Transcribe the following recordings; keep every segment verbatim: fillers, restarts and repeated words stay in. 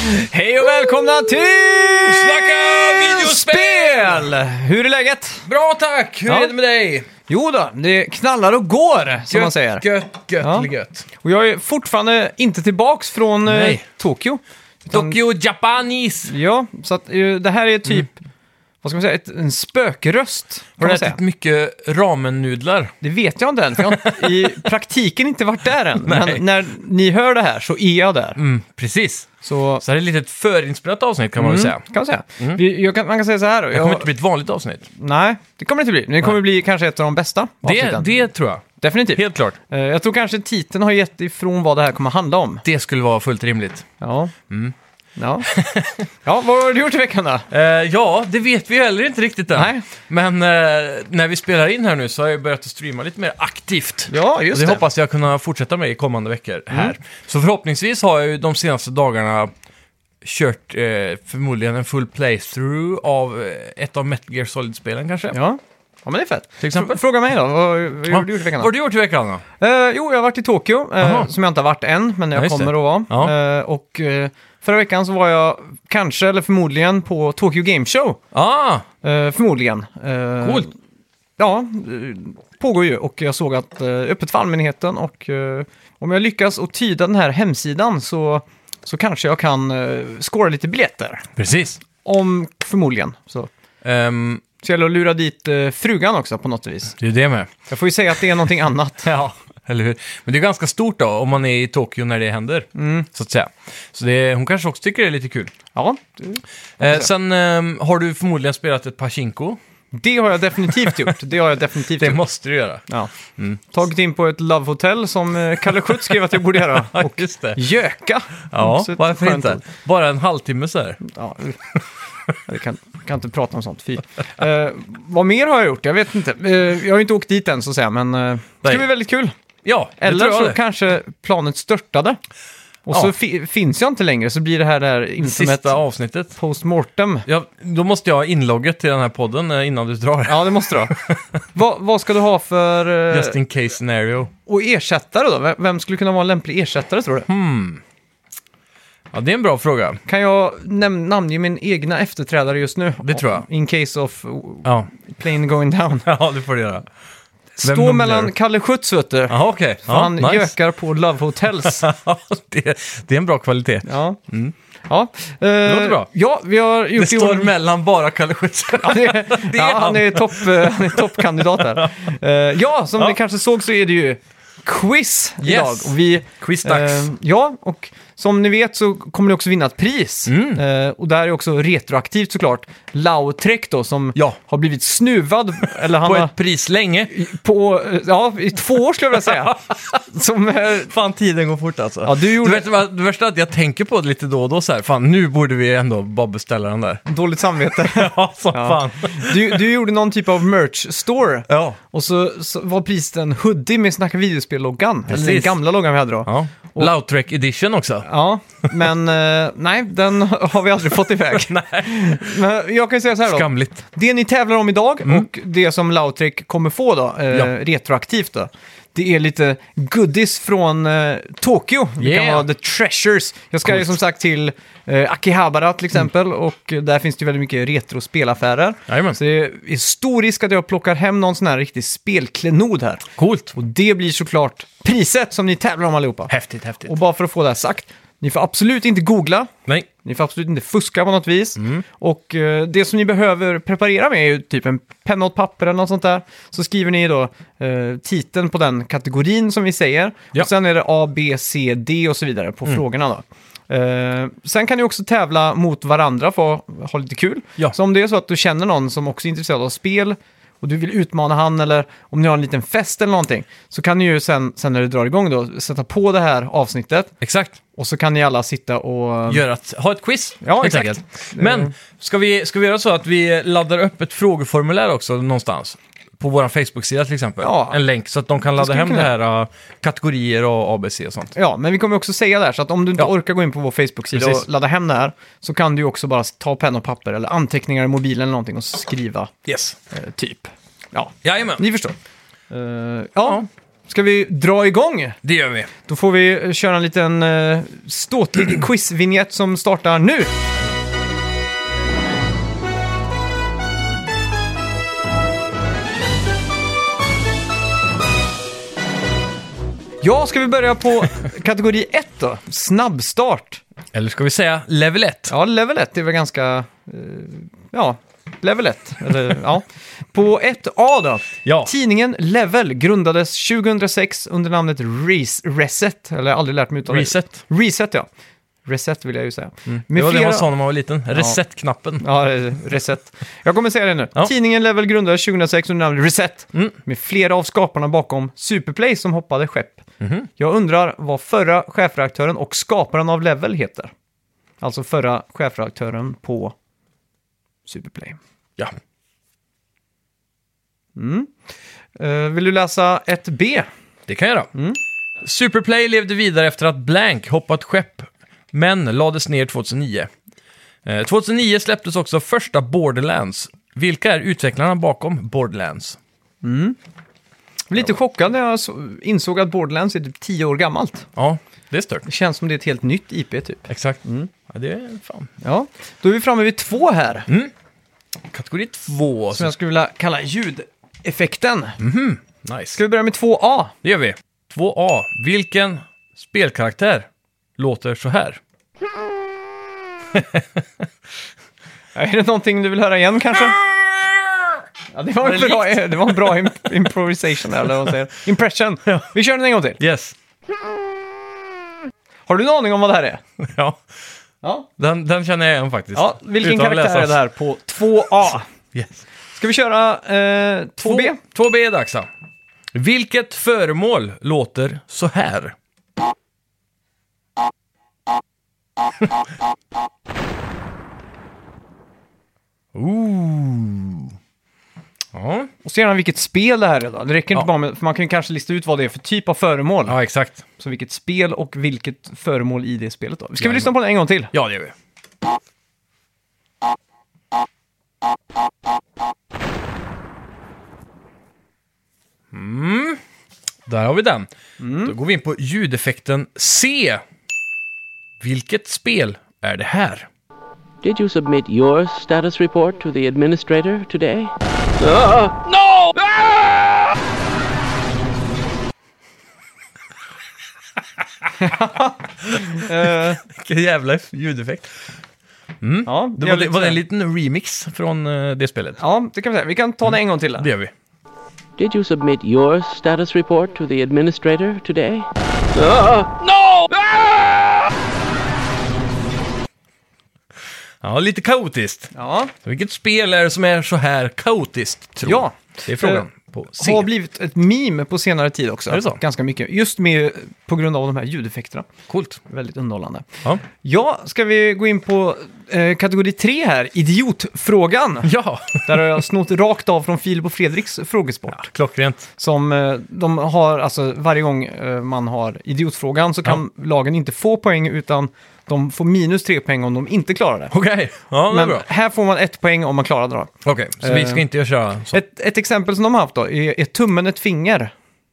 Hej och välkomna till Snacka videospel! Hur är läget? Bra tack! Hur Ja. är det med dig? Jo då, det knallar och går, som man säger. Gött, gött, Ja. gött. Och jag är fortfarande inte tillbaks från eh, Nej. Tokyo. Utan- Tokyo Japanese. Ja, så att eh, det här är typ, vad ska man säga, ett, en spökröst. Har Kan du man säga. ätit mycket ramennudlar? Det vet jag inte än, för jag har i praktiken inte varit där än. Nej. Men när ni hör det här så är jag där. Mm, precis. Så Så här är det ett litet förinspelat avsnitt kan man väl säga. kan man säga. Vi, jag kan, man kan säga så här då. Det Jag, kommer inte bli ett vanligt avsnitt. Nej, det kommer det inte bli. Men det kommer bli kanske ett av de bästa Det, avsnitten. det tror jag. Definitivt. Helt klart. Eh, Jag tror kanske titeln har gett ifrån vad det här kommer handla om. Det skulle vara fullt rimligt. Ja. Ja. Ja, vad har du gjort i veckan då? Eh, ja, det vet vi ju heller inte riktigt än. Nej. Men eh, när vi spelar in här nu så har jag börjat att streama lite mer aktivt. Ja, Och just det det. hoppas jag kunna fortsätta med i kommande veckor här. Så förhoppningsvis har jag ju de senaste dagarna kört eh, förmodligen en full playthrough av eh, ett av Metal Gear Solid-spelen kanske. Ja. Ja, men det är fett. Till exempel. F- Fråga mig då, vad, vad har du gjort i veckan Vad har då? du gjort i veckan då? Eh, jo, jag har varit i Tokyo, eh, Aha. som jag inte har varit än, men jag Ja, just kommer det. att vara. Ja. Eh, och eh, förra veckan så var jag kanske, eller förmodligen, på Tokyo Game Show. Ah, Eh, förmodligen. Eh, coolt. Ja, eh, pågår ju och jag såg att eh, öppet för allmänheten och eh, om jag lyckas att tyda den här hemsidan så, så kanske jag kan eh, skåra lite biljetter. Precis. Om förmodligen. Så, Um, så gäller det att lura dit eh, frugan också på något vis. det är ju det med. Jag får ju säga att det är någonting annat. Ja, eller hur? Men det är ganska stort då om man är i Tokyo när det händer, så att säga. Så det, hon kanske också tycker det är lite kul. Ja, det, Eh, sen ehm, har du förmodligen spelat ett Pachinko. det har jag definitivt gjort. Det har jag definitivt Det gjort. måste du göra. Ja. Tagit in på ett Love Hotel som eh, Kalle Schütz skrev att jag borde göra. Ja, Och just det. göka. Ja, Också ett varför skönt inte? ord. Bara en halvtimme så här. Ja, jag kan, kan inte prata om sånt, fy. Eh, vad mer har jag gjort? Jag vet inte. Eh, jag har ju inte åkt dit än så att säga, men eh, det ska Nej. bli väldigt kul. Ja, det Eller tror jag så det. kanske planet störtade. Och Ja. så fi- finns jag inte längre, så blir det här där in som ett Sista avsnittet. postmortem. Ja, då måste jag ha inlogget till den här podden eh, innan du drar. Ja, det måste du ha. Va, vad ska du ha för... Eh, Just in case scenario. och ersättare då? Vem- Vem skulle kunna vara en lämplig ersättare, tror du? Ja, det är en bra fråga. Kan jag näm- namnge min egna efterträdare just nu? Det tror jag. In case of uh, Ja, plane going down. ja det får du göra. Vem Stå nominerar mellan du? Kalle Schütz, vet du. Jaha, okej. För Ja, han nice. gökar på Love Hotels. det, det är en bra kvalitet. Ja. Ja. Eh, Det låter bra. Ja, vi har gjort Det i står ordning- mellan bara Kalle Schütz. Ja, det, Det är ja, han han. är topp, eh, han är toppkandidat här. Eh, ja, som Ja. ni kanske såg så är det ju quiz Yes. idag. Och vi, Quizdags. eh, ja, och som ni vet så kommer ni också vinna ett pris. Mm. Eh, och där är också retroaktivt såklart Lautrec då, som Ja. har blivit snuvad. Eller han På har, ett pris länge. på, eh, ja, i två år skulle jag vilja säga. som, eh, Fan, tiden går fort alltså. ja, du gjorde Du vet vad, det värsta är att jag tänker på det lite då och då så här. Fan, nu borde vi ändå bara beställa den där. dåligt samvete. Ja, som Ja. fan. Du, du gjorde någon typ av merch-store. Ja. Och så, så var priset en hoodie med Snacka videospel-loggan. Eller den Precis. gamla loggan vi hade då. Ja, ja. Lautrec edition också. men eh, nej, den har vi aldrig fått iväg. Nej. Men jag kan ju säga så här då. Skamligt. Det ni tävlar om idag och det som Lautrec kommer få då, eh, Ja. retroaktivt då. Det är lite goodies från eh, Tokyo. Det kan Yeah. vara the treasures. Jag ska ju Coolt. som sagt till eh, Akihabara till exempel och eh, där finns det ju väldigt mycket retro-spelaffärer. Jajamän. Så det är stor risk att jag plockar hem någon sån här riktig spelklenod här. Coolt. Och det blir såklart priset som ni tävlar om allihopa. Häftigt, häftigt. Och bara för att få det här sagt, ni får absolut inte googla. Nej. Ni får absolut inte fuska på något vis. Mm. Och eh, det som ni behöver preparera med är ju typ en penna och ett papper eller något sånt där. Så skriver ni då eh, titeln på den kategorin som vi säger. Ja. Och sen är det A, B, C, D och så vidare på frågorna då. Eh, sen kan ni också tävla mot varandra för att ha lite kul. Ja. Så om det är så att du känner någon som också är intresserad av spel och du vill utmana han eller om ni har en liten fest eller någonting så kan ni ju sen, sen när det drar igång då sätta på det här avsnittet Exakt. och så kan ni alla sitta och... Gör att, ha ett quiz, Ja, helt exakt. enkelt. Men ska vi, ska vi göra så att vi laddar upp ett frågeformulär också någonstans? På vår Facebook-sida till exempel. Ja. En länk så att de kan ladda skulle hem kunna. det här uh, kategorier och A B C och sånt. Ja, men vi kommer också säga där, så att om du inte Ja. orkar gå in på vår Facebook-sida Precis. och ladda hem det här, så kan du ju också bara ta penna och papper eller anteckningar i mobilen eller någonting och skriva Yes. eh, typ. Ja, Jajamän. ni förstår. Eh, ja, Ska vi dra igång? Det gör vi. Då får vi köra en liten uh, ståtlig quizvinjett som startar nu. Ja, ska vi börja på kategori ett då? Snabbstart. Eller ska vi säga level ett? Ja, level ett är väl ganska... Uh, ja, level ett. Eller, ja. På ett A då. Ja. Tidningen Level grundades tjugohundrasex under namnet Res- Reset. Eller jag har aldrig lärt mig uttala det. Reset. Reset, ja. Reset vill jag ju säga. Mm. Med Det var flera... det man sa när man var liten. Reset-knappen. Ja, Reset. Jag kommer säga det nu. Ja. Tidningen Level grundades tjugohundrasex under namnet Reset. Mm. Med flera av skaparna bakom Superplay som hoppade skepp. Mhm. Jag undrar vad förra chefredaktören och skaparen av Level heter. Alltså förra chefredaktören på Superplay. Ja. Mm. Uh, vill du läsa ett B? Det kan jag göra. Mm. Superplay levde vidare efter att Blank hoppat skepp, men lades ner tjugohundranio. Eh, tjugohundranio släpptes också första Borderlands. Vilka är utvecklarna bakom Borderlands? Jag blev lite chockad när jag så- insåg att Borderlands är typ tio år gammalt. Ja, det är stört. Det känns som det är ett helt nytt I P typ. Exakt. Ja, det är fan. Ja, då är vi framme vid två här. Kategori två. Som jag skulle vilja kalla ljudeffekten. Nice. Ska vi börja med två A? Det gör vi. två A. Vilken spelkaraktär låter så här? Är det någonting du vill höra igen kanske? Ja, det var en bra, det var en bra imp- improvisation där, eller vad man säger. Impression. Vi kör den en gång till. Yes. Har du en aning om vad det här är? Ja, Ja. den, den känner jag igen faktiskt. Ja, vilken Utan att karaktär läsa. är det här på två A? Yes. Ska vi köra eh, två B? två B är dags då. Vilket föremål låter så här? Ooh. Ja. Och så gärna vilket spel det här är då. Det räcker inte Ja. bara med, för man kan ju kanske lista ut vad det är för typ av föremål. ja, exakt. Så vilket spel och vilket föremål i det spelet då. Ska vi Jajamän. lyssna på den en gång till? Ja, det gör vi. Mm. Där har vi den. Då går vi in på ljudeffekten C. Vilket spel är det här? Did you submit your status report to the administrator today? Vilken jävla ljudeffekt. Ja, Det är var, lite var det en sådär. liten remix från eh, det spelet? Ja, det kan vi säga. Vi kan ta det en gång till. Då. Det gör vi. Did you submit your status report to the administrator today? Ja, lite kaotiskt. Ja, Så vilket spel är det som är så här kaotiskt, tror Ja. Det är frågan. Eh, På C. har blivit ett meme på senare tid också. Är det så? Ganska mycket. Just med, på grund av de här ljudeffekterna. Coolt. Väldigt underhållande. Ja. Ja, ska vi gå in på eh, kategori tre här. Idiotfrågan. Ja, Där har jag snott rakt av från Filip och Fredriks frågesport. klockrent. Som eh, de har, alltså varje gång eh, man har idiotfrågan så kan lagen inte få poäng utan de får minus tre poäng om de inte klarar det. Okej, ja, det är Men bra. här får man ett poäng om man klarar det då. Okej, så vi ska Eh, inte köra så. Ett, ett exempel som de har haft då, är, är tummen ett finger?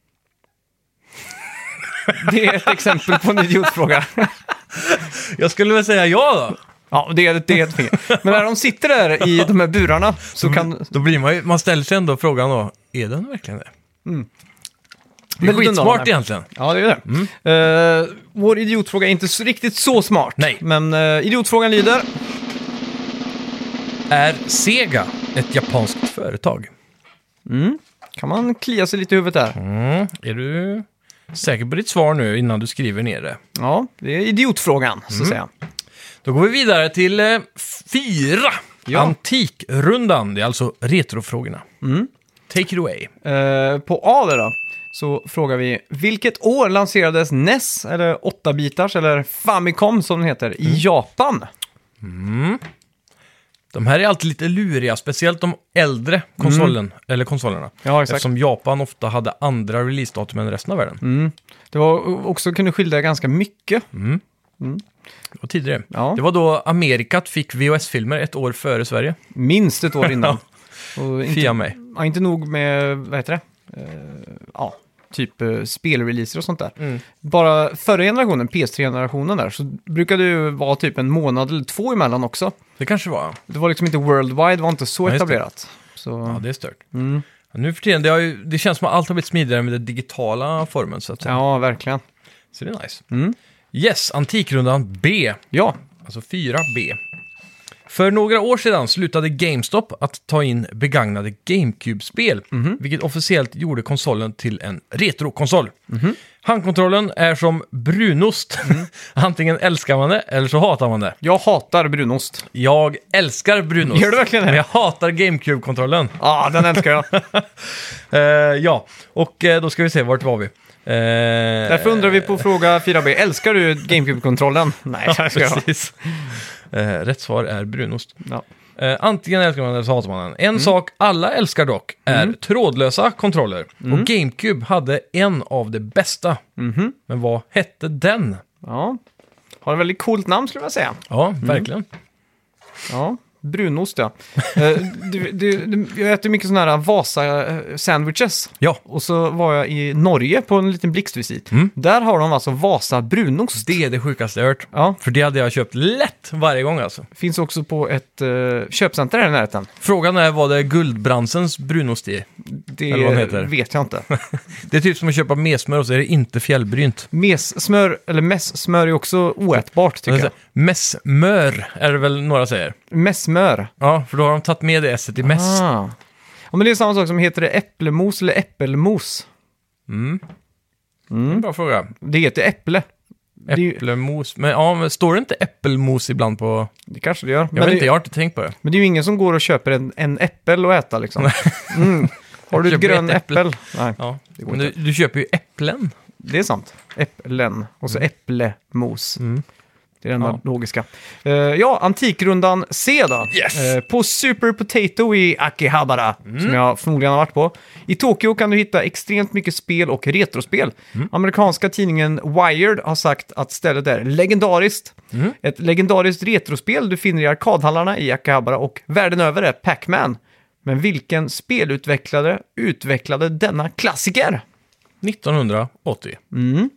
Det är ett exempel på en idiotfråga. Jag skulle väl säga ja då. Ja, det är, det är ett finger. Men när de sitter där i de här burarna så kan... Då blir man ju, man ställer sig ändå frågan då, är den verkligen det? Mm. Det är Väldigt skitsmart underhållande. egentligen. Ja, det är det. Eh, vår idiotfråga är inte så, riktigt så smart. Nej. Men uh, idiotfrågan lyder... Är Sega ett japanskt företag? Mm. Kan man klia sig lite i huvudet där? Mm. Är du säker på ditt svar nu innan du skriver ner det? Ja, det är idiotfrågan, så att säga. Då går vi vidare till eh, fyra. Ja. Antikrundan, det är alltså retrofrågorna. Take it away. Eh, på A där då, så frågar vi, vilket år lanserades N E S, eller åtta bitars eller Famicom som den heter, i Japan? De här är alltid lite luriga, speciellt de äldre konsolen, eller konsolerna. Ja, exakt. Eftersom Japan ofta hade andra releasedatum än resten av världen. Det var också kunde skilja ganska mycket. Och tidigare. Ja. Det var då Amerikat fick V H S-filmer ett år före Sverige. Minst ett år innan. Och inte, Fia mig. ja, inte nog med, vad heter det? Eh, ja, typ uh, spelreleaser och sånt där. Mm. Bara förra generationen, P S tre-generationen där, så brukade det ju vara typ en månad eller två emellan också. Det kanske var. Det var liksom inte worldwide, det var inte så Ja, just det. etablerat. Så... Ja, det är stört. Mm. Ja, nu för tiden, det, har ju, det känns som att allt har blivit smidigare med den digitala formen. Så, att säga. Ja, verkligen. Så det är nice. Mm. Yes, Antikrundan B. Ja, Alltså fyra B. För några år sedan slutade GameStop att ta in begagnade GameCube-spel, Mhm. vilket officiellt gjorde konsolen till en retrokonsol. Handkontrollen är som brunost. Mm. Antingen älskar man det eller så hatar man det. jag hatar brunost. Jag älskar brunost. Gör du verkligen det? Men jag hatar GameCube-kontrollen. Ja, ah, den älskar jag. Eh, ja, och eh, då ska vi se, vart var vi? Eh, Därför undrar vi på fråga fyra B, älskar du GameCube-kontrollen? Nej, det ska jag. Precis. Eh, rätt svar är brunost. Ja. Eh, antingen älskar man den eller så hatar man den. En sak alla älskar dock är trådlösa kontroller. Och GameCube hade en av de bästa. Mhm. Men vad hette den? Ja, har ett väldigt coolt namn skulle jag säga. Ja, verkligen. Ja, brunost ja. Eh, du, du, du, jag äter mycket sådana här Vasa-sandwiches. Ja, Och så var jag i Norge på en liten blixtvisit. Mm. Där har de alltså Vasa brunost. det är det sjukaste jag hört. Ja, För det hade jag köpt lätt varje gång alltså. finns också på ett uh, köpcenter här i närheten. Frågan är vad det är Guldbransens brunost i. Det Eller vad den heter. vet jag inte. Det är typ som att köpa mesmör och så är det inte fjällbrynt. Messmör, eller mässmör är också oätbart tycker jag. Messmör är det väl några säger. Mässmör. Ja, för då har de tagit med det esset i mess. Ah. Ja, men det är samma sak som heter det äppelmos eller äppelmos. Mm. Mm. Bra fråga. Det heter äpple. Det, är ju- Äppelmos. Men, ja, men står det inte äppelmos ibland på... det kanske det gör. Jag Men vet det, inte, jag har inte tänkt på det. men det är ju ingen som går och köper en, en äppel och äta liksom. Mm. Har du ett Köper grön ett äpple. äppel? Nej, Ja. går Men du, du köper ju äpplen. det är sant. Äpplen och så äpplemos. Mm. Det är den Ja. logiska. Uh, ja, Antikrundan C då. Yes. Eh, på Super Potato i Akihabara, Mm. som jag förmodligen har varit på. I Tokyo kan du hitta extremt mycket spel och retrospel. Mm. Amerikanska tidningen Wired har sagt att stället är legendariskt. Mm. Ett legendariskt retrospel du finner i arkadhallarna i Akihabara och världen över är Pac-Man. Men vilken spelutvecklare utvecklade denna klassiker? nittonhundraåttio. Mm.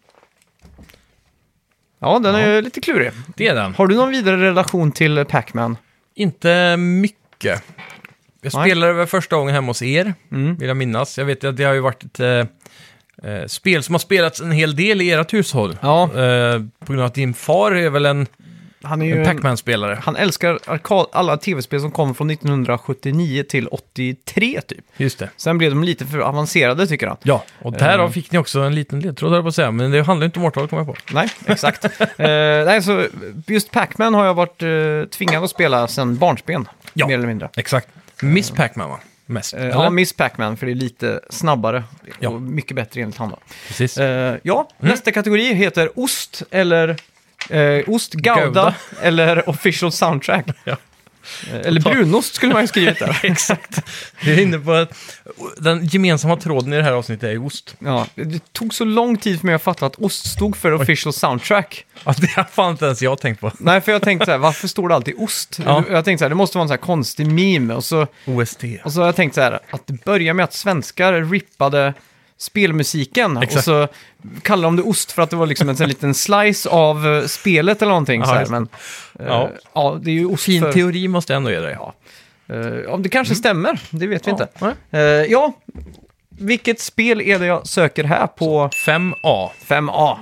Ja, den är lite klurig. Det är den. Har du någon vidare relation till Pac-Man? Inte mycket. Jag Nej. spelade väl första gången hemma hos er, Mm. vill jag minnas. Jag vet att det har ju varit ett eh, eh, spel som har spelats en hel del i ert hushåll. Ja, Eh, på grund av att din far är väl en, han är ju en en, Pac-Man-spelare. han älskar arkad, alla tv-spel som kom från nittonhundrasjuttionio till åttiotre typ. Just det. Sen blev de lite för avancerade tycker han. Ja, och därav Eh. fick ni också en liten ledtråd, höll jag på att säga. Men det handlar inte om årtal, kommer jag på. Nej, exakt. eh, nej, så just Pac-Man har jag varit eh, tvingad att spela sedan barnsben. Ja. Mer eller mindre. Exakt. Miss Pac-Man, va? Mest. Eh, eller? ja, Miss Pac-Man, för det är lite snabbare Ja. och mycket bättre enligt han då. Precis. Eh, ja, Mm. nästa kategori heter ost eller eh, ost, gouda, Gouda. eller official soundtrack. Ja. Eh, eller brunost skulle man ju skrivit där. Exakt. Vi är inne på att den gemensamma tråden i det här avsnittet är ju ost. Ja, det tog så lång tid för mig att fatta att ost stod för official soundtrack. Ja, det har fan inte ens jag tänkt på. Nej, för jag tänkte så här, varför står det alltid ost? Ja. Jag tänkte så här, det måste vara en så här konstig meme. Och så, O S T. och så har jag tänkt så här, att det börjar med att svenskar rippade spelmusiken. Exakt. Och så kallar de det ost för att det var liksom en sån här liten slice av eh, spelet eller någonting. Ja, så här. just det. Men eh, Ja. ja, det är ju ost Fin för... teori måste jag ändå ge dig. Ja. Eh, ja, det kanske stämmer, det vet vi Ja. inte. Nej. Eh, ja, vilket spel är det jag söker här på fem A. fem A?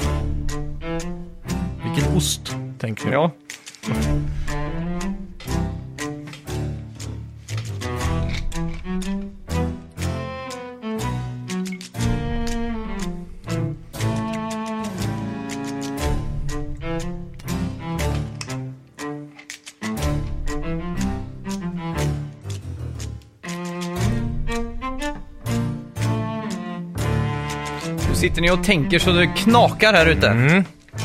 Vilken ost, tänker jag. Ja. Nu sitter ni och tänker så det knakar här ute. Mm.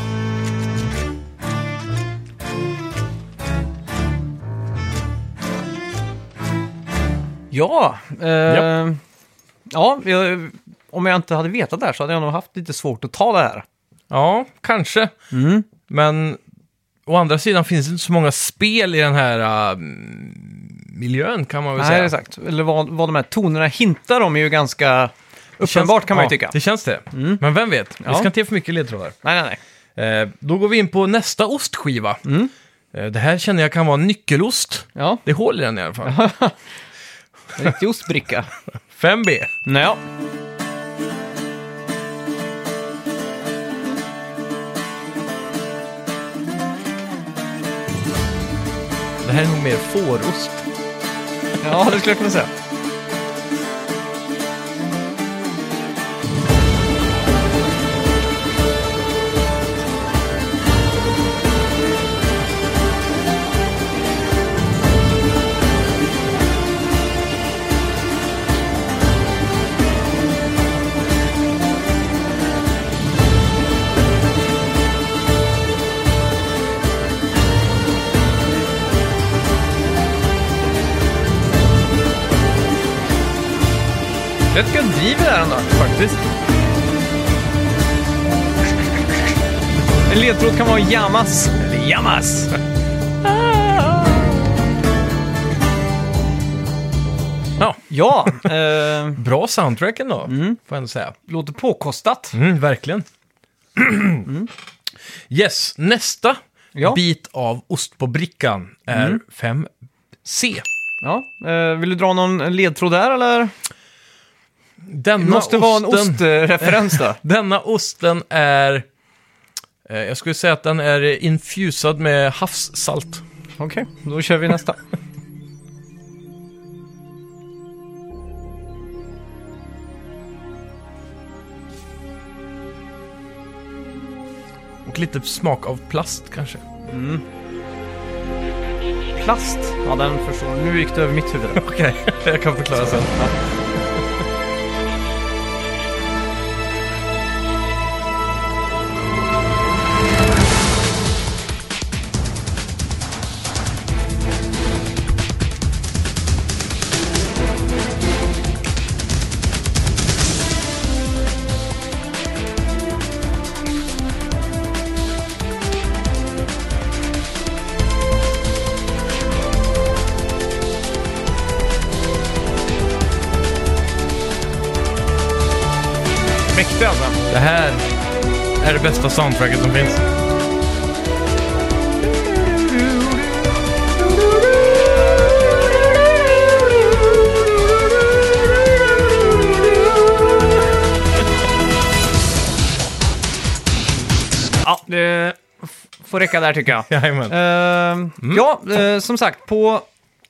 Ja, eh, Ja. ja jag, om jag inte hade vetat det här så hade jag nog haft lite svårt att ta det här. Ja, kanske. Mm. Men å andra sidan finns det inte så många spel i den här uh, miljön, kan man väl Nej, säga. exakt. Eller vad, vad de här tonerna hintar om är ju ganska uppenbart kan man ju ja, tycka. Det känns det. Men vem vet? Vi Ja. ska inte ge för mycket ledtrådar. Nej, nej, nej. Eh, då går vi in på nästa ostskiva. Mm. Eh, det här känner jag kan vara en nyckelost. Ja, Det är hål i den i alla fall. en riktig ostbricka. fem B. Nej, ja. Det här är nog mer fårost. Ja, det skulle jag kunna säga. Rätt gött driv det här ändå, faktiskt. En ledtråd kan vara jamas. Eller jamas. Ja, Ja, eh, bra soundtrack ändå, får jag ändå säga. låter påkostat. Mm, verkligen. Yes, nästa Ja. bit av ost på brickan är fem C. Ja, eh, vill du dra någon ledtråd där, eller? Denna Det måste vara en osten- ostreferens då. Denna osten är... Eh, jag skulle säga att den är infusad med havssalt. Okej, då kör vi nästa. Och lite smak av plast kanske. Plast. Ja, den förstår. Nu gick det över mitt huvud. Okej, jag kan förklara sen. Mäktig alltså. Det här är det bästa soundtracket som finns. Ja, det f- får räcka där tycker jag. Jajamän. Eh, Ja, eh, som sagt, på...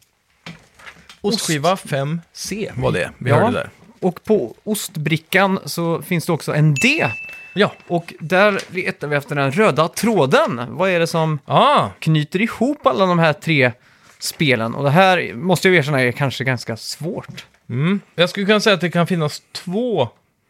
Ostskiva fem C var det vi Ja. hörde där. Och på ostbrickan så finns det också en D. Ja. Och där letar vi efter den röda tråden. Vad är det som Ah, knyter ihop alla de här tre spelen? Och det här måste jag erkänna är kanske ganska svårt. mm. Jag skulle kunna säga att det kan finnas två,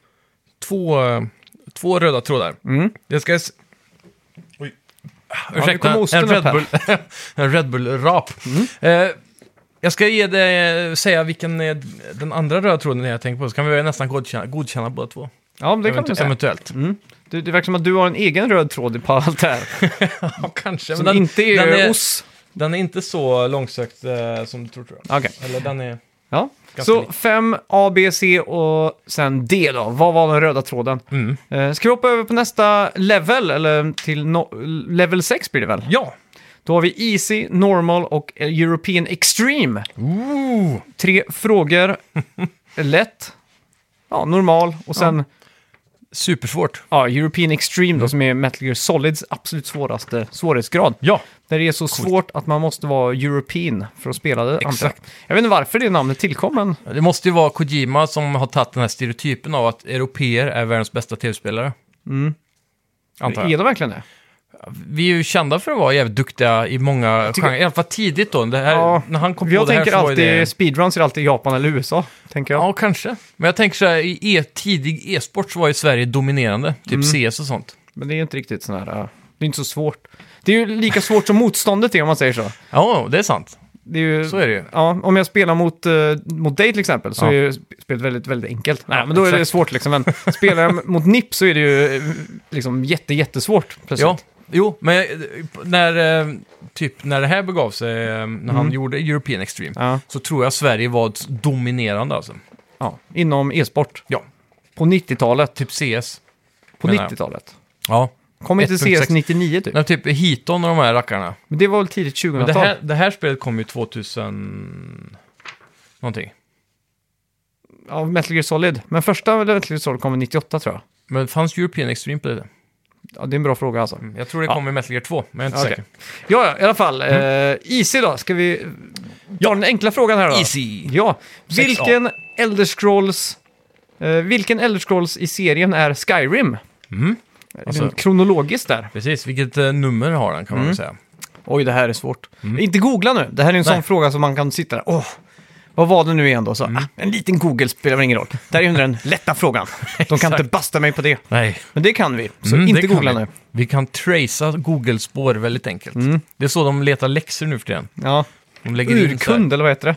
två, eh, två röda trådar. Mm. Det ska... s- Oj. nu Ursäkta, kommer osten en upp här. Red Bull, en Red Bull-rap. Eh, jag ska ge dig, säga vilken är den andra röda tråden jag tänker på, så kan vi nästan godkänna, godkänna båda två. Ja, det kan Eventu- man säga. Eventuellt. Mm. Det, det verkar som att du har en egen röd tråd på allt det här. Ja, kanske. Som Men den, inte är, den, är, oss. den är inte så långsökt eh, som du tror, tror jag. Okej. Eller den är... Ja. Ganska Så lik. fem A, B, C och sen D då. Vad var den röda tråden? Mm. Eh, ska vi hoppa över på nästa level, eller till no- level sex blir det väl? Ja! Då har vi Easy, Normal och European Extreme. Ooh. Tre frågor. Lätt. Ja, normal. Och sen Supersvårt. ja, European Extreme då, som är Metal Gear Solids absolut svåraste svårighetsgrad. Ja, Där det är så svårt att man måste vara European för att spela det. antar jag. Exakt. Jag vet inte varför det namnet tillkom, men det måste ju vara Kojima som har tagit den här stereotypen av att europeer är världens bästa tv-spelare. Mm. Antar är jag. det verkligen det? Vi är ju kända för att vara jävligt duktiga i många tycker- genrer. I alla fall tidigt då. Det här, Ja, när han kom Jag på det här tänker så var ju alltid, det... speedruns är alltid Japan eller U S A, tänker jag. Ja, kanske. Men jag tänker så här, i e- tidig e-sport så var ju Sverige dominerande. Typ Mm. C S och sånt. Men det är inte riktigt sån här, uh, det är inte så svårt. Det är ju lika svårt som motståndet är, om man säger så. Ja, det är sant. Det är ju, Så är det ju. Ja, om jag spelar mot, uh, mot dig till exempel så Ja. är ju spelet väldigt, väldigt enkelt. Nej, Ja, men då är det exakt. svårt liksom. Men spelar jag mot N I P så är det ju eh, liksom jätte, jättesvårt plötsligt. Ja, jo, men eh, när, eh, typ, när det här begav sig, eh, när han gjorde European Extreme, Ja, så tror jag Sverige var dominerande alltså. ja, inom e-sport. Ja, På nittiotalet. Typ C S. På menar jag. nittiotalet. Ja. Kom inte ett punkt C S sex. nittionio typ? Nej, typ Hiton och de här rackarna. Men det var väl tidigt Men det, tjugohundratal? här, det här spelet kom ju tvåtusen... Någonting. Ja, Metal Gear Solid. Men första Metal Gear Solid kom nittioåtta tror jag. Men fanns European Extreme på det? Ja, det är en bra fråga alltså. Jag tror det Ja. kom i Metal Gear två, men jag är inte Okej. säker. Ja, ja, i alla fall. Eh, easy då. Ska vi ta den enkla frågan här då? Easy! Ja. sex A. Vilken Elder Scrolls... Eh, vilken Elder Scrolls i serien är Skyrim? Mm. Alltså, Alltså- kronologiskt där. Precis, vilket eh, nummer har den kan man Mm. väl säga. Oj, det här är svårt. Mm. Inte googla nu. Det här är en sån Nej. fråga som man kan sitta där. Åh, vad var det nu igen då? Så, Mm. ah, en liten Google spelar väl ingen roll. Det här är ju den lätta frågan. De kan inte basta mig på det. Nej. Men det kan vi. Så Mm, inte det kan googla vi. nu. Vi kan tracea Google-spår väldigt enkelt. Mm. Det är så de letar läxor nu för tiden. Ja. De lägger in så här- Urkund, eller vad heter det?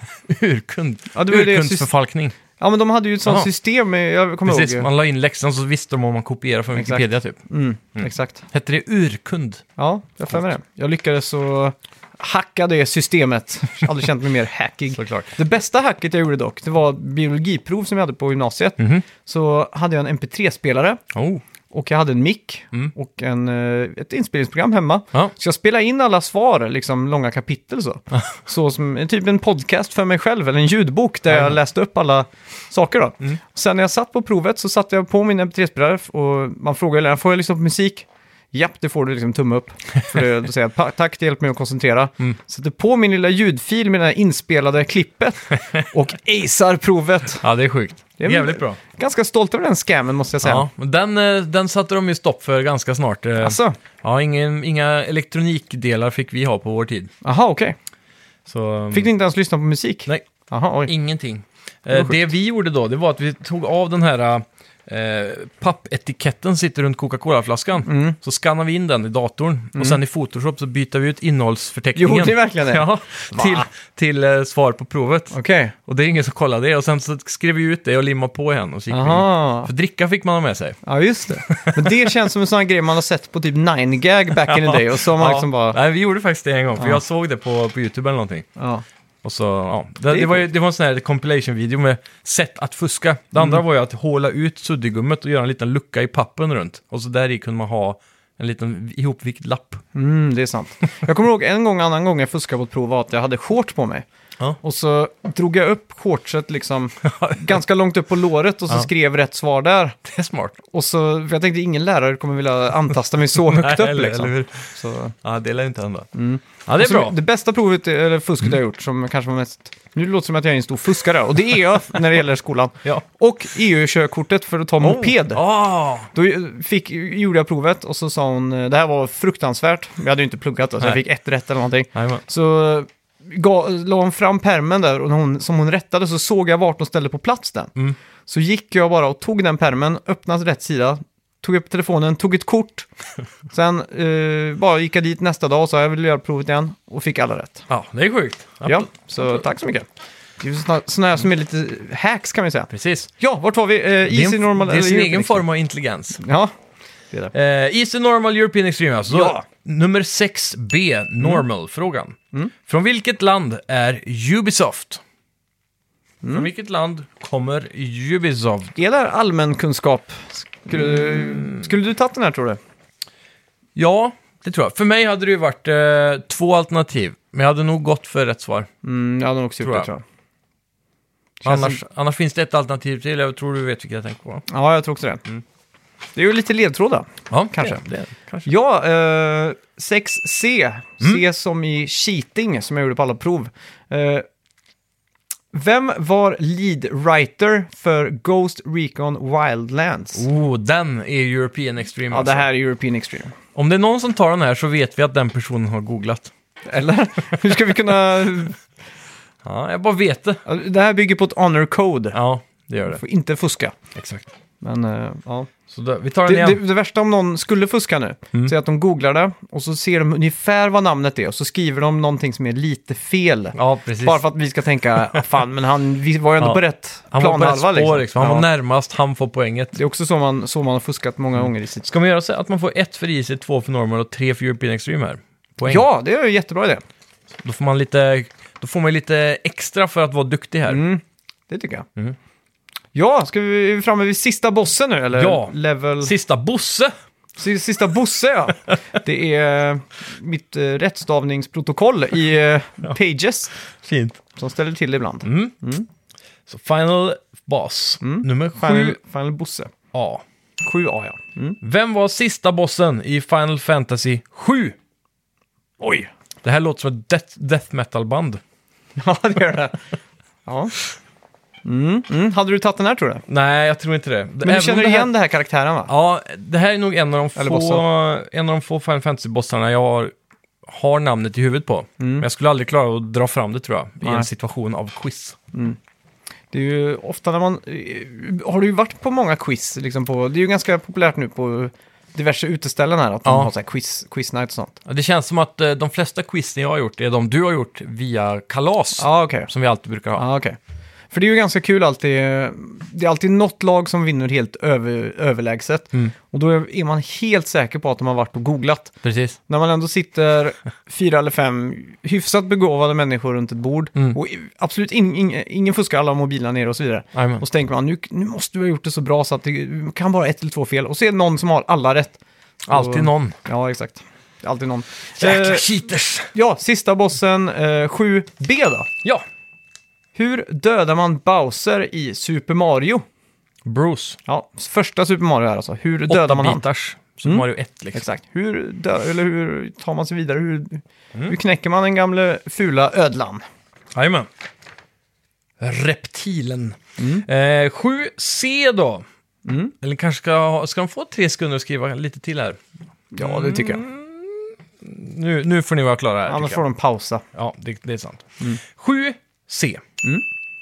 Urkund. Ja, det var ju det Urkundsförfalkning. Ja, men de hade ju ett sånt Jaha. system. med- Jag kommer Precis, ihåg. man la in läxan så visste de om man kopierar från Exakt. Wikipedia typ. Mm, Mm. Exakt. Hette det urkund? Ja, jag får med det. Jag lyckades så hacka det systemet. Jag har aldrig känt mig mer hackig. Såklart. Det bästa hacket jag gjorde dock, det var biologiprov som jag hade på gymnasiet. Mhm. Så hade jag en M P tre-spelare Oh. och jag hade en mick Mm. och en, eh, ett inspelningsprogram hemma. Ja. Så jag spelade in alla svar, liksom långa kapitel så. Så som en- typ en podcast för mig själv, eller en ljudbok där jag Jajamän. läste upp alla saker då. Mm. Sen när jag satt på provet så satte jag på min M P tre-spelare och man frågade läraren, får jag lyssna på musik? Japp, det får du, liksom tumme upp. För det, då säger jag, "Pa- tack, det hjälper mig att koncentrera. Mm. Sätter på min lilla ljudfil med det här inspelade klippet och acear provet. Ja, det är sjukt. Det är Jävligt bra. Ganska stolt över den scammen måste jag säga. Ja, men den, eh, den satte de ju stopp för ganska snart. Eh, Alltså, Ja, ingen, inga elektronikdelar fick vi ha på vår tid. aha, okej. Så, um, Fick ni inte ens lyssna på musik? Nej. Aha, oj. Ingenting. var Eh, sjukt. det vi gjorde då, det var att vi tog av den här eh, pappetiketten sitter runt Coca-Cola-flaskan. Mm. Så skannar vi in den i datorn. Och sen i Photoshop så byter vi ut innehållsförteckningen. Gjorde ni verkligen det? Ja, till, till eh, svar på provet. Okej. Och det är ingen som kollar det. Och sen så skrev vi ut det och limmade på igen. Och så gick vi in. Aha. För dricka fick man ha med sig. Ja, just det. Men det känns som en sån här grej man har sett på typ nine gag back in the day. Och så har man Ja. liksom bara... Nej, vi gjorde faktiskt det en gång. För Ja. jag såg det på, på YouTube eller någonting. Ja. Och så, ja. Det, Det är det, var, ju, det var en sån här compilation-video med sätt att fuska. Det andra var ju att håla ut suddgummet och göra en liten lucka i pappen runt. Och så där i kunde man ha en liten ihopvikt lapp. Mm, det är sant. Jag kommer ihåg en gång, annan gång jag fuskade på ett prov var att jag hade shorts på mig. Ja. Och så drog jag upp shortset liksom ganska långt upp på låret och så Ja. skrev rätt svar där. Det är smart. Och så, för jag tänkte ingen lärare kommer vilja antasta mig så högt upp eller, liksom. eller hur? Så, Ja, det lär ju inte hända. mm. Ja, det är Och så, bra. Det bästa provet, eller fusket jag har gjort, som kanske var mest... Nu låter det som att jag är en stor fuskare, och det är jag när det gäller skolan. Ja. Och E U-körkortet för att ta moped. Ah, Då fick, gjorde jag provet och så sa hon, det här var fruktansvärt. Jag hade ju inte pluggat då, så jag Nej. fick ett rätt eller någonting. jajamän. Så ga, la hon fram pärmen där och när hon, som hon rättade så såg jag vart hon ställde på plats den. Mm. Så gick jag bara och tog den pärmen, öppnade rätt sida, tog upp telefonen, tog ett kort. Sen eh, bara gick jag dit nästa dag och sa jag vill göra provet igen och fick alla rätt. Ja, det är sjukt. Ja, så tack så mycket. Det är såna, såna här som är lite hacks kan vi säga. Precis. Ja, vart var vi? Eh, Det är, easy, en, normal det är eller sin European egen Extreme? form av intelligens. Ja, det är det. Eh, Easy Normal European Extreme alltså. Så Ja. Nummer sex B, Normal-frågan. Från vilket land är Ubisoft? Från vilket land kommer Ubisoft? Är det här allmän kunskap? Skulle, Mm. skulle du tagit den här tror du? Ja, det tror jag. För mig hade det ju varit eh, två alternativ. Men jag hade nog gått för rätt svar. Mm, jag hade nog också gjort Tror det jag. tror jag. Känns Annars, annars finns det ett alternativ till. Jag tror du vet vilket jag tänker på. Ja, jag tror också det. Mm. Det är ju lite ledtrådar. Ja, Kanske. Det, det, kanske. Ja, eh, sex C. Mm. C som i cheating, som jag gjorde på alla prov. Eh, vem var lead writer för Ghost Recon Wildlands? Oh, den är European Extreme. Ja, alltså. det här är European Extreme. Om det är någon som tar den här så vet vi att den personen har googlat. Eller? Hur ska vi kunna... Ja, jag bara vet det. Det här bygger på ett honor code. Ja, det gör Du det. får inte fuska. Exakt. Men, eh, ja. Så då, vi tar den Det, igen. det, det värsta om någon skulle fuska nu, Mm. så är att de googlar det och så ser de ungefär vad namnet är och så skriver de någonting som är lite fel. Ja, precis. Bara för att vi ska tänka, ah, fan, men han vi var ju ändå Ja. på rätt Han var på rätt planhalva. spår liksom. Han Ja. var närmast, han får poänget. Det är också så man, så man har fuskat många gånger i sitt... Ska man göra så att man får ett för Easy, två för Normal och tre för European Extreme här? Poäng. Ja, det är ju jättebra idé. Då får man lite, då får man lite extra för att vara duktig här. Mm, det tycker jag. Mm. Ja, ska vi är vi framme vid sista bossen nu? Eller? Ja. Level... Sista Bosse! S- Sista Bosse, ja. Det är mitt eh, rättstavningsprotokoll i eh, Pages Fint. som ställer till det ibland. Mm. Mm. Så Final Boss, Mm. nummer Final, sju Final Bosse. A. sju A, ja. Mm. Vem var sista bossen i Final Fantasy sju? Oj! Det här låter som ett death, death metal-band. Ja, det gör det. Ja. Mm. Mm. Hade du tagit den här, tror du? Nej, jag tror inte det. Men du känner igen den här karaktären, va? Ja, det här är nog en av de Eller få, bossar. en av de få Final Fantasy-bossarna jag har, har namnet i huvudet på. Men jag skulle aldrig klara att dra fram det, tror jag, i Nej. en situation av quiz. Det är ju ofta när man... eh, Har du ju varit på många quiz? Liksom på, det är ju ganska populärt nu på diverse uteställen här, att de Ja. har så här quiz, quiz night och sånt. Ja, det känns som att eh, de flesta quizen jag har gjort är de du har gjort via kalas, Ja, okej. som vi alltid brukar ha. Ja, okej. För det är ju ganska kul alltid. Det är alltid något lag som vinner helt över, överlägset. Mm. Och då är man helt säker på att de har varit och googlat. Precis. När man ändå sitter fyra eller fem hyfsat begåvade människor runt ett bord. Mm. Och absolut in, in, ingen fuskar, alla har mobilerna ner och så vidare. Jajamän. Och så tänker man, nu, nu måste du ha gjort det så bra så att det kan bara ett eller två fel. Och så är det någon som har alla rätt. Alltid Och- någon. Ja, exakt. Alltid någon. Jäkla Eh, cheaters! ja, sista bossen, eh, sju B då. Ja, Hur dödar man Bowser i Super Mario? Bruce. Ja, första Super Mario här alltså. Hur dödar man han? Bitars. Super Mm. Mario ett liksom. Exakt. Hur, dö- eller hur tar man sig vidare? Hur, Mm. hur knäcker man den gamla fula ödlan? Jajamän. Reptilen. Mm. Eh, sju C då. Mm. Eller kanske ska, ha- ska de få tre sekunder att skriva lite till här? Ja, det tycker jag. Nu, nu får ni vara klara här. Annars tycker får jag. de pausa. Ja, det, det är sant. Mm. sju C. Mm.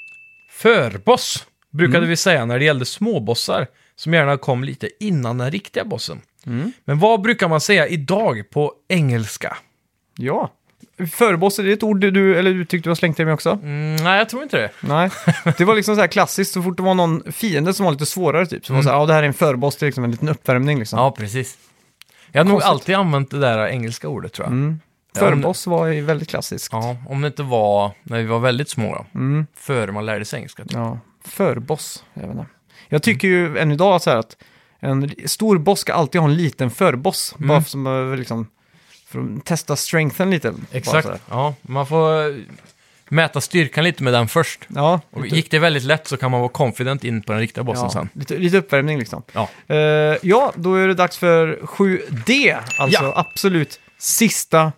Förboss brukade Mm. vi säga när det gällde småbossar som gärna kom lite innan den riktiga bossen. Mm. Men vad brukar man säga idag på engelska? Ja. Förboss, är det ett ord du, eller du tyckte du har slängt dig med också? Mm, nej, jag tror inte det. Nej. Det var liksom så här klassiskt, så fort det var någon fiende som var lite svårare typ. Så var det så här, ja det här är en förboss, det är liksom en liten uppvärmning liksom. Ja, precis. Jag har nog Konstigt. alltid använt det där engelska ordet, tror jag. Mm. Ja, Förboss var ju väldigt klassiskt. Ja, om det inte var när vi var väldigt små då. Mm. Före man lärde sig engelska. Typ. Ja, förboss. Jag vet inte. Jag tycker ju än idag så här att en stor boss ska alltid ha en liten förboss. Mm. Bara som eh, liksom, för att testa strengthen lite. Bara så Exakt. här. Ja, man får eh, mäta styrkan lite med den först. Ja, Och lite, gick det väldigt lätt så kan man vara confident in på den riktiga bossen ja sen. lite, lite uppvärmning liksom. Ja. Eh, ja, då är det dags för sju D. Alltså Ja. absolut sista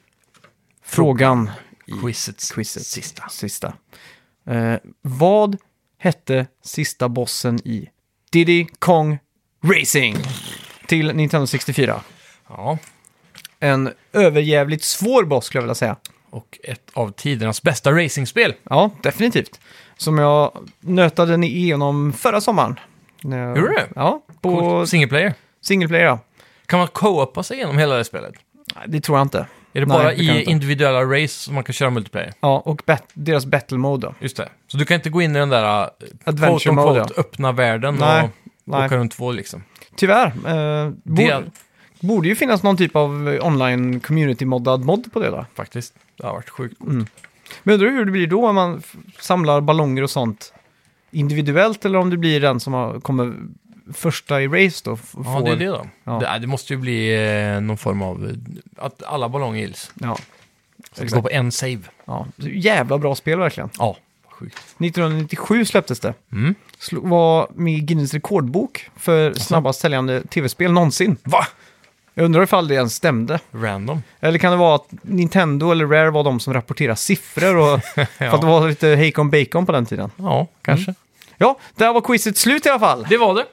frågan i Quizet. quizet. Sista. Sista. Eh, vad hette sista bossen i Diddy Kong Racing till Nintendo sextiofyra? Ja, En överjävligt svår boss skulle jag vilja säga. och ett av tidernas bästa racingspel. Ja, definitivt. Som jag nötade igenom förra sommaren. När jag- Gjorde du? Ja, på På single player. single player. Ja. Kan man co-opa sig igenom hela det spelet? Nej, det tror jag inte. Är det Nej, bara det kan jag i inte. individuella race som man kan köra multiplayer? Ja, och bat- deras battle mode då. Just det. Så du kan inte gå in i den där uh, Adventure quote, mode, unquote, öppna världen Nej, och nej. åka runt två liksom. Tyvärr. Eh, borde, Det borde ju finnas någon typ av eh, online community-moddad mod på det då. faktiskt, det har varit sjukt. Mm. Men undrar du hur det blir då om man f- samlar ballonger och sånt individuellt, eller om det blir den som har, kommer första i race då? f- Ja, får- det är det då. Ja. Det, det måste ju bli eh, någon form av... eh, Att alla ballonger gills. Ja, Så det exakt. går på en save. Ja, det är jävla bra spel verkligen. Ja, sjukt. nittonhundranittiosju släpptes det. Mm. Slo- var med i Guinness rekordbok för snabbast säljande tv-spel någonsin. Va? Jag undrar ifall det ens stämde. Random. Eller kan det vara att Nintendo eller Rare var de som rapporterar siffror och för att det var lite hejkon bacon på den tiden. Ja, kanske. Ja, där var quizet slut i alla fall. Det var det.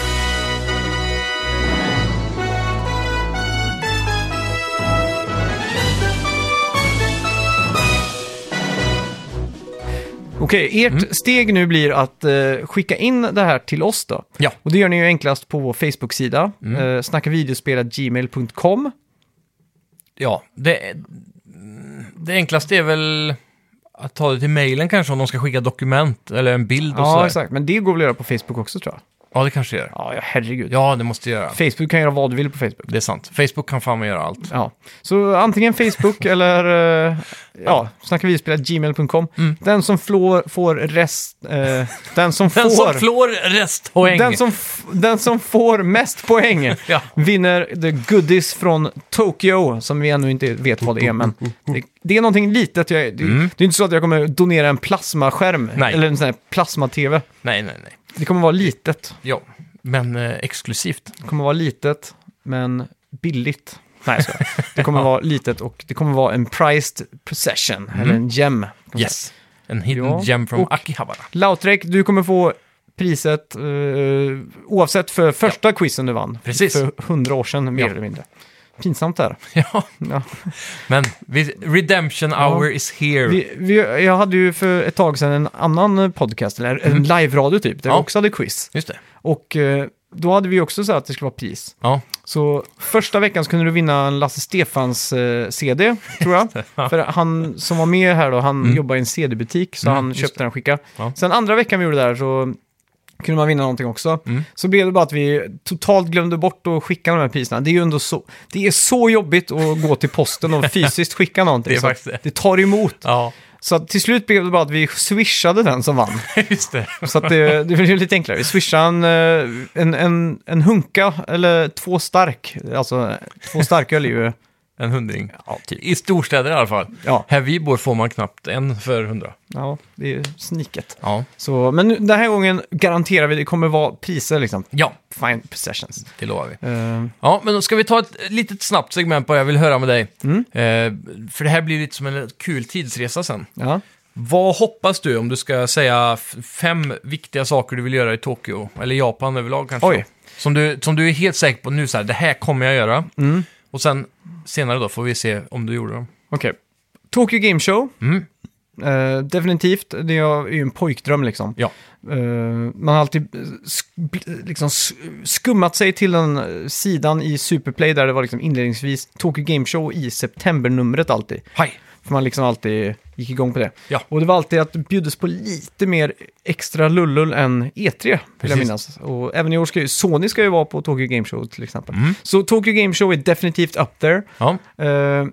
Okej, ert Mm. steg nu blir att eh, skicka in det här till oss då. Ja. Och det gör ni ju enklast på vår Facebook-sida, Mm. eh, snackavideospel at gmail punkt com. Ja, det, det enklaste är väl att ta det till mailen kanske om de ska skicka dokument eller en bild och Ja, sådär. exakt. Men det går väl att göra på Facebook också, tror jag. Ja, det kanske gör. Ja, ja herregud. Ja, det måste göra. Facebook kan göra vad du vill på Facebook. Det är sant. Facebook kan fan med göra allt. Ja, så antingen Facebook eller eh, ja, snackar vi spela gmail punkt com. Mm. Den som flår, får rest... Eh, den som Den får... som flår restpoäng. Den som, f- den som får mest poäng Ja. vinner the goodies från Tokyo, som vi ännu inte vet vad det är, men det, det är någonting litet. Jag, det, Mm. det är inte så att jag kommer donera en plasmaskärm, Nej. eller en sån här plasma-tv. Nej, nej, nej. Det kommer vara litet. Ja, men eh, exklusivt. Det kommer vara litet, men billigt. Nej, jag skojar. Det kommer vara litet och det kommer vara en prized possession, eller en gem. Yes. En hidden Ja, gem från och- Akihabara. Lautrek, du kommer få priset eh, oavsett för första quizen du vann. Precis. För hundra år sedan, mer Ja. eller mindre. Pinsamt där. Ja, Ja. men vi, redemption Ja. hour is here. Vi, vi, jag hade ju för ett tag sedan en annan podcast, eller en live-radio typ, där Ja. vi också hade quiz. Just det. Och eh, då hade vi också så att det skulle vara pris. Ja, Så första veckan så kunde du vinna en Lasse Stefans eh, C D, tror jag. För han som var med här då, han Mm. jobbar i en C D-butik, så Mm, han just köpte den och skickade. Ja. Sen andra veckan vi gjorde det där så kunde man vinna någonting också. Mm. Så blev det bara att vi totalt glömde bort att skicka de här priserna. Det är ju ändå så, det är så jobbigt att gå till posten och fysiskt skicka någonting. Det är så faktiskt det. att det tar emot. ja. Så att till slut blev det bara att vi swishade den som vann. just det. Så att det, det blev lite enklare. Vi swishade en, eh, en, en, en hunka eller två stark. Alltså två starka öl är ju... En hundring. Ja, typ. I storstäder i alla fall. Ja, Här vi bor får man knappt en för hundra. ja, det är sniket. Ja. Så, men nu, den här gången garanterar vi det kommer vara priser liksom. Ja, Fine possessions. det lovar vi. Eh, Ja, men då ska vi ta ett litet snabbt segment på jag vill höra med dig. Mm. Eh, för det här blir lite som en kul tidsresa sen. ja. Vad hoppas du om du ska säga f- fem viktiga saker du vill göra i Tokyo? Eller Japan överlag kanske? Oj. Som du, som du är helt säker på nu så här, det här kommer jag göra. Mm. Och sen senare då får vi se om du gjorde dem. Okej. Tokyo Game Show. Mm. Eh, definitivt. Det är ju en pojkdröm liksom. Ja. Eh, man har alltid eh, sk- liksom s- skummat sig till den eh, sidan i Superplay där det var liksom inledningsvis Tokyo Game Show i septembernumret alltid. Hej! För man liksom alltid gick igång på det. Ja. Och det var alltid att det bjuds på lite mer extra lullull än E tre, vill Precis. jag minnas. Och även i år ska ju, Sony ska ju vara på Tokyo Game Show till exempel. Mm. Så Tokyo Game Show är definitivt up there. Ja. Eh,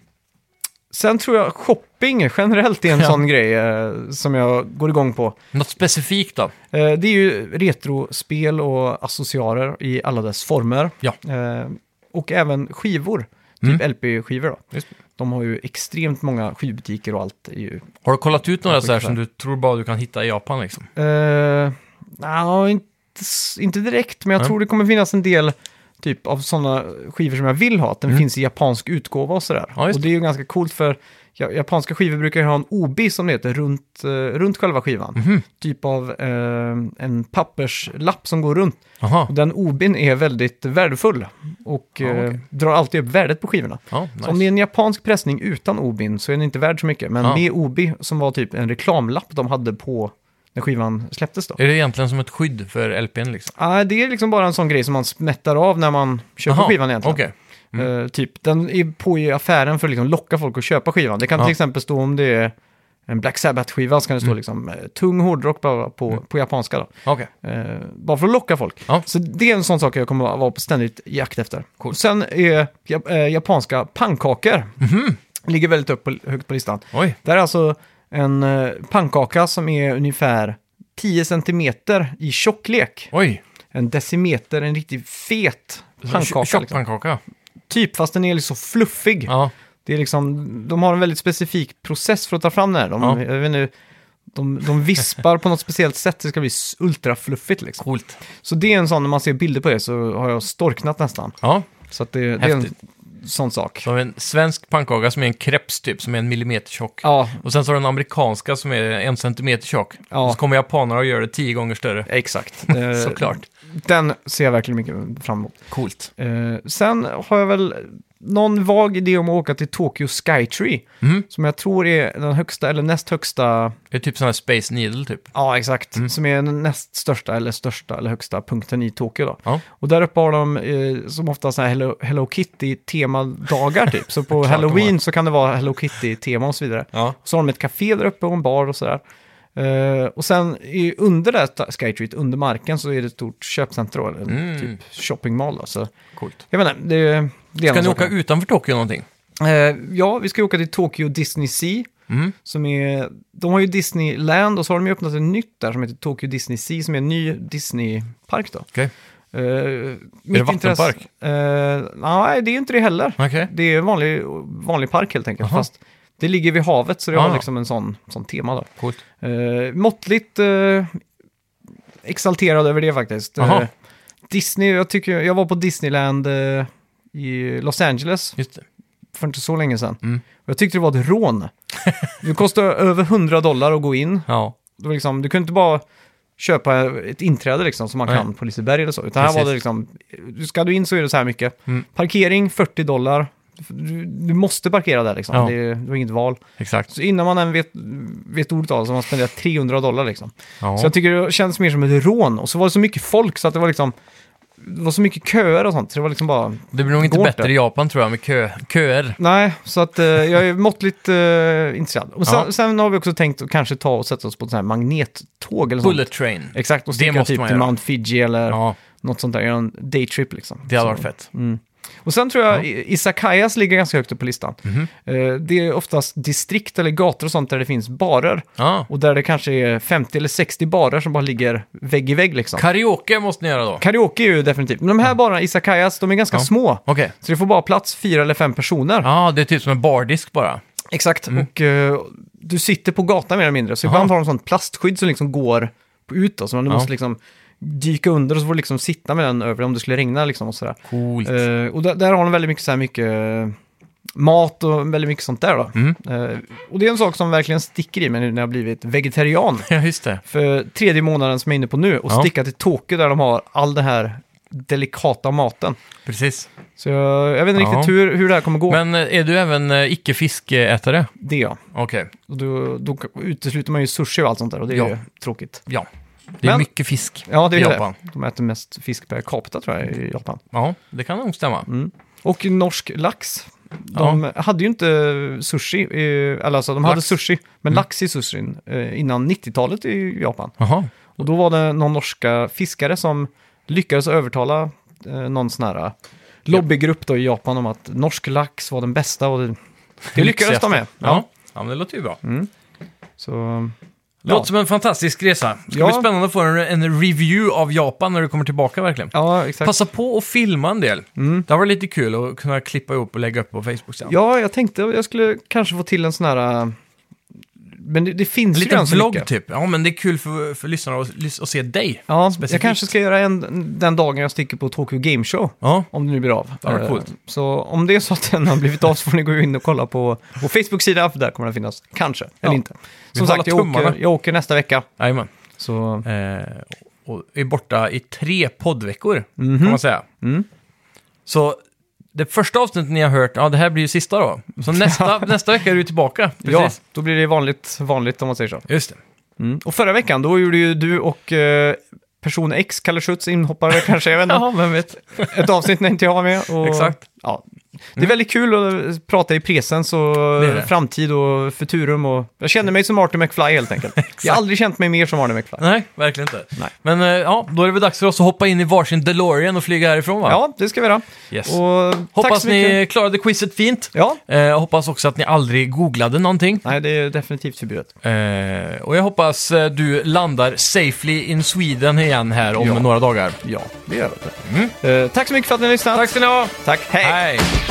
sen tror jag shopping generellt är en Ja. sån grej eh, som jag går igång på. Något specifikt då? Eh, det är ju retrospel och accessoarer i alla dess former. Ja. Eh, och även skivor, typ Mm. L P-skivor då. Just. De har ju extremt många skivbutiker och allt. Är ju, Har du kollat ut några Ja, så här skit som du tror bara du kan hitta i Japan liksom? eh, nja, inte, inte direkt, men jag Nej. tror det kommer finnas en del typ av sådana skivor som jag vill ha. Att den Mm. finns i japansk utgåva och sådär. Ja, just och det är ju ganska coolt för ja, japanska skivor brukar ju ha en O B I som det heter runt, eh, runt själva skivan. Mhm. Typ av eh, en papperslapp som går runt. Aha. Och den O B I'n är väldigt värdefull och Ja, eh, okej. drar alltid upp värdet på skivorna. Ja, Så om det är en japansk pressning utan O B I'n så är den inte värd så mycket. Men Ja. med O B I som var typ en reklamlapp de hade på när skivan släpptes då. Är det egentligen som ett skydd för L P:n liksom? Ah, det är liksom bara en sån grej som man smättar av när man köper Aha, skivan egentligen. Okej. Mm. Eh, typ, den är på i affären för att liksom locka folk att köpa skivan. Det kan Ja. till exempel stå om det är en Black Sabbath-skiva så kan det stå Mm. liksom eh, tung hårdrock bara på, Mm. på japanska då. Okej. Eh, bara för att locka folk. Ja. Så det är en sån sak jag kommer att vara på ständigt jakt efter. Coolt. Sen är jap- eh, japanska pannkakor. Mhm. Ligger väldigt upp på, högt på listan. Oj. Det är alltså en eh, pannkaka som är ungefär tio centimeter i tjocklek. Oj. En decimeter, en riktigt fet pannkaka. Liksom. Tjockpannkaka. Typ, fast den är liksom fluffig. Ja. Det är liksom, de har en väldigt specifik process för att ta fram den här. De, Ja. jag vet inte, de, de vispar på något speciellt sätt, det ska bli s- ultrafluffigt liksom. Coolt. Så det är en sån, när man ser bilder på det så har jag storknat nästan. Ja. Så att det, det är en Häftigt. sån sak. Så har vi en svensk pannkaka som är en kreps typ, som är en millimeter tjock. Ja, Och sen så har du den amerikanska som är en centimeter tjock. Ja. Och så kommer japanerna och gör det tio gånger större. exakt. Eh, Såklart. Den ser jag verkligen mycket fram emot. Coolt. Eh, sen har jag väl någon vag idé om att åka till Tokyo Skytree. Mm. Som jag tror är den högsta, eller näst högsta, Det är typ sån här Space Needle typ. ja exakt, Mm. som är den näst största eller största eller högsta punkten i Tokyo då. Ja. Och där uppe har de eh, som ofta så här Hello, Hello Kitty-temadagar typ. Så på Klart de Halloween har. så kan det vara Hello Kitty-tema och så vidare. Ja. Så har de ett café där uppe och en bar och sådär. Uh, och sen i, under det här Skytree, under marken, så är det ett stort köpcenter då, eller en Mm. typ shoppingmall då. Så Coolt. jag vet inte, det, det är Ska en ni sak. åka utanför Tokyo någonting? Eh, ja, vi ska åka till Tokyo Disney Sea. Mm. Som är, de har ju Disneyland och så har de ju öppnat ett nytt där som heter Tokyo Disney Sea som är en ny Disney-park då. Okej. Uh, Är det vattenpark? Uh, nej, det är ju inte det heller. Okej. Det är en vanlig, vanlig park helt enkelt. Aha. Fast det ligger vid havet så det Ah. har liksom en sån, sån tema då. Coolt. Uh, måttligt uh, exalterad över det faktiskt. Aha. Uh, Disney, jag, tycker, jag var på Disneyland uh, i Los Angeles Just det. för inte så länge sedan. Mm. Och jag tyckte det var ett rån. Det kostade över hundra dollar att gå in. Ja. Det var liksom, du kunde inte bara köpa ett inträde liksom, som man Nej. kan på Liseberg eller så. Utan här Precis. var det liksom, ska du in så är det så här mycket. Mm. Parkering fyrtio dollar. Du, du måste parkera där liksom. Ja. Det, du har inget val. Exakt. Så innan man än vet, vet ordet av så har man spenderat trehundra dollar liksom. Ja. Så jag tycker det känns mer som ett rån. Och så var det så mycket folk så att det var liksom, det var så mycket köer och sånt. Så det var liksom bara... Det blir nog inte går bättre inte. i Japan tror jag med kö, köer. Nej, så att eh, jag är måttligt eh, intresserad. Och sen, Ja. sen har vi också tänkt att kanske ta och sätta oss på ett sånt här magnettåg eller sånt. Bullet train. Exakt, och Det sticka måste typ man till göra. Mount Fiji eller Ja, något sånt där. Göra en daytrip liksom. det hade Så- varit fett. Mm. Och sen tror jag Ja. i- Izakayas ligger ganska högt upp på listan. Mhm. Eh, det är oftast distrikt eller gator och sånt där det finns barer. Ja. Och där det kanske är femtio eller sextio barer som bara ligger vägg i vägg liksom. Karaoke måste ni göra då. Karaoke är ju definitivt. Men de här barerna, Izakayas, de är ganska Ja. små. Okej. Så det får bara plats fyra eller fem personer. Ja, det är typ som en bardisk bara. Exakt, och eh, du sitter på gatan mer eller mindre. Så Aha. ibland har de sånt plastskydd som liksom går ut då, så du Ja. måste liksom dyka under och så får du liksom sitta med den över om det skulle regna liksom och sådär. Coolt. Eh, och där, där har de väldigt mycket så här mycket eh, mat och väldigt mycket sånt där då. Mm. Eh, och det är en sak som verkligen sticker i mig nu när jag har blivit vegetarian. Ja, just det. För tredje månaden som jag är inne på nu och Ja. sticka till Tokyo där de har all den här delikata maten. Precis. Så jag, jag vet inte Ja. riktigt hur, hur det här kommer gå. Men eh, är du även eh, icke-fiskätare? Det ja. Okej. Och då, då utesluter man ju sushi och allt sånt där och det är Ja. ju tråkigt. Ja. Det är Men- mycket fisk Ja, det i är det. Japan. De äter mest fisk per capita tror jag i Japan. Ja, det kan nog stämma. Mm. Och norsk lax. De hade ju inte sushi, eh, eller alltså de hade Lax. sushi, men Mm. lax i sushin eh, innan nittiotalet i Japan. Jaha. Och då var det någon norska fiskare som lyckades övertala eh, någon sån här lobbygrupp då i Japan om att norsk lax var den bästa och det, det lyckades de med. Ja. ja, men det låter ju bra. Så, Låter ja. som en fantastisk resa. Det ska Ja. bli spännande att få en, en review av Japan när du kommer tillbaka verkligen. Ja, exakt. Passa på att filma en del. Mm. Det har varit lite kul att kunna klippa ihop och lägga upp på Facebook sen. Ja, jag tänkte jag skulle kanske få till en sån här... äh, Men det, det finns En ju redan liten så vlogg mycket. typ. Ja, men det är kul för, för lyssnarna att, lys- att se dig. Ja, jag specifikt. kanske ska göra en den dagen jag sticker på Tokyo Game Show. Ja, Om det nu blir av. Ja, det var Eh, coolt. Så om det är så att den har blivit av så får ni gå in och kolla på vår Facebook-sida, för där kommer den finnas. Kanske, eller inte. Som håller sagt, jag tummarna. åker, jag åker nästa vecka. jajamän. Så Eh, och är borta i tre poddveckor, Mhm. kan man säga. Mm. Så det första avsnittet ni har hört, ja det här blir ju sista då. Så nästa, nästa vecka är du tillbaka. ja, Precis. då blir det vanligt, vanligt om man säger så. Just det. Mm. Och förra veckan, då gjorde ju du och eh, person X, Kalle Schütz, inhoppare kanske, jag vet inte. Ja, vem vet. Ett avsnitt när inte jag var med. Och, Exakt. Ja, det är väldigt kul att prata i presens och Det är det. framtid och futurum. Och jag känner mig som Marty McFly helt enkelt. Jag har aldrig känt mig mer som Marty McFly. Nej, verkligen inte. Nej. Men eh, ja, då är det väl dags för oss att hoppa in i varsin DeLorean och flyga härifrån va? Ja, det ska vi göra. Yes. Och tack Hoppas så mycket. ni klarade quizet fint. Ja, Eh, jag hoppas också att ni aldrig googlade någonting. nej det är definitivt förbjudet. Eh, och jag hoppas eh, du landar safely in Sweden igen här om Ja. några dagar. Ja, det gör vi. Mm. Eh, tack så mycket för att ni har lyssnat. Tack ska ni ha! Tack, hej! Hej.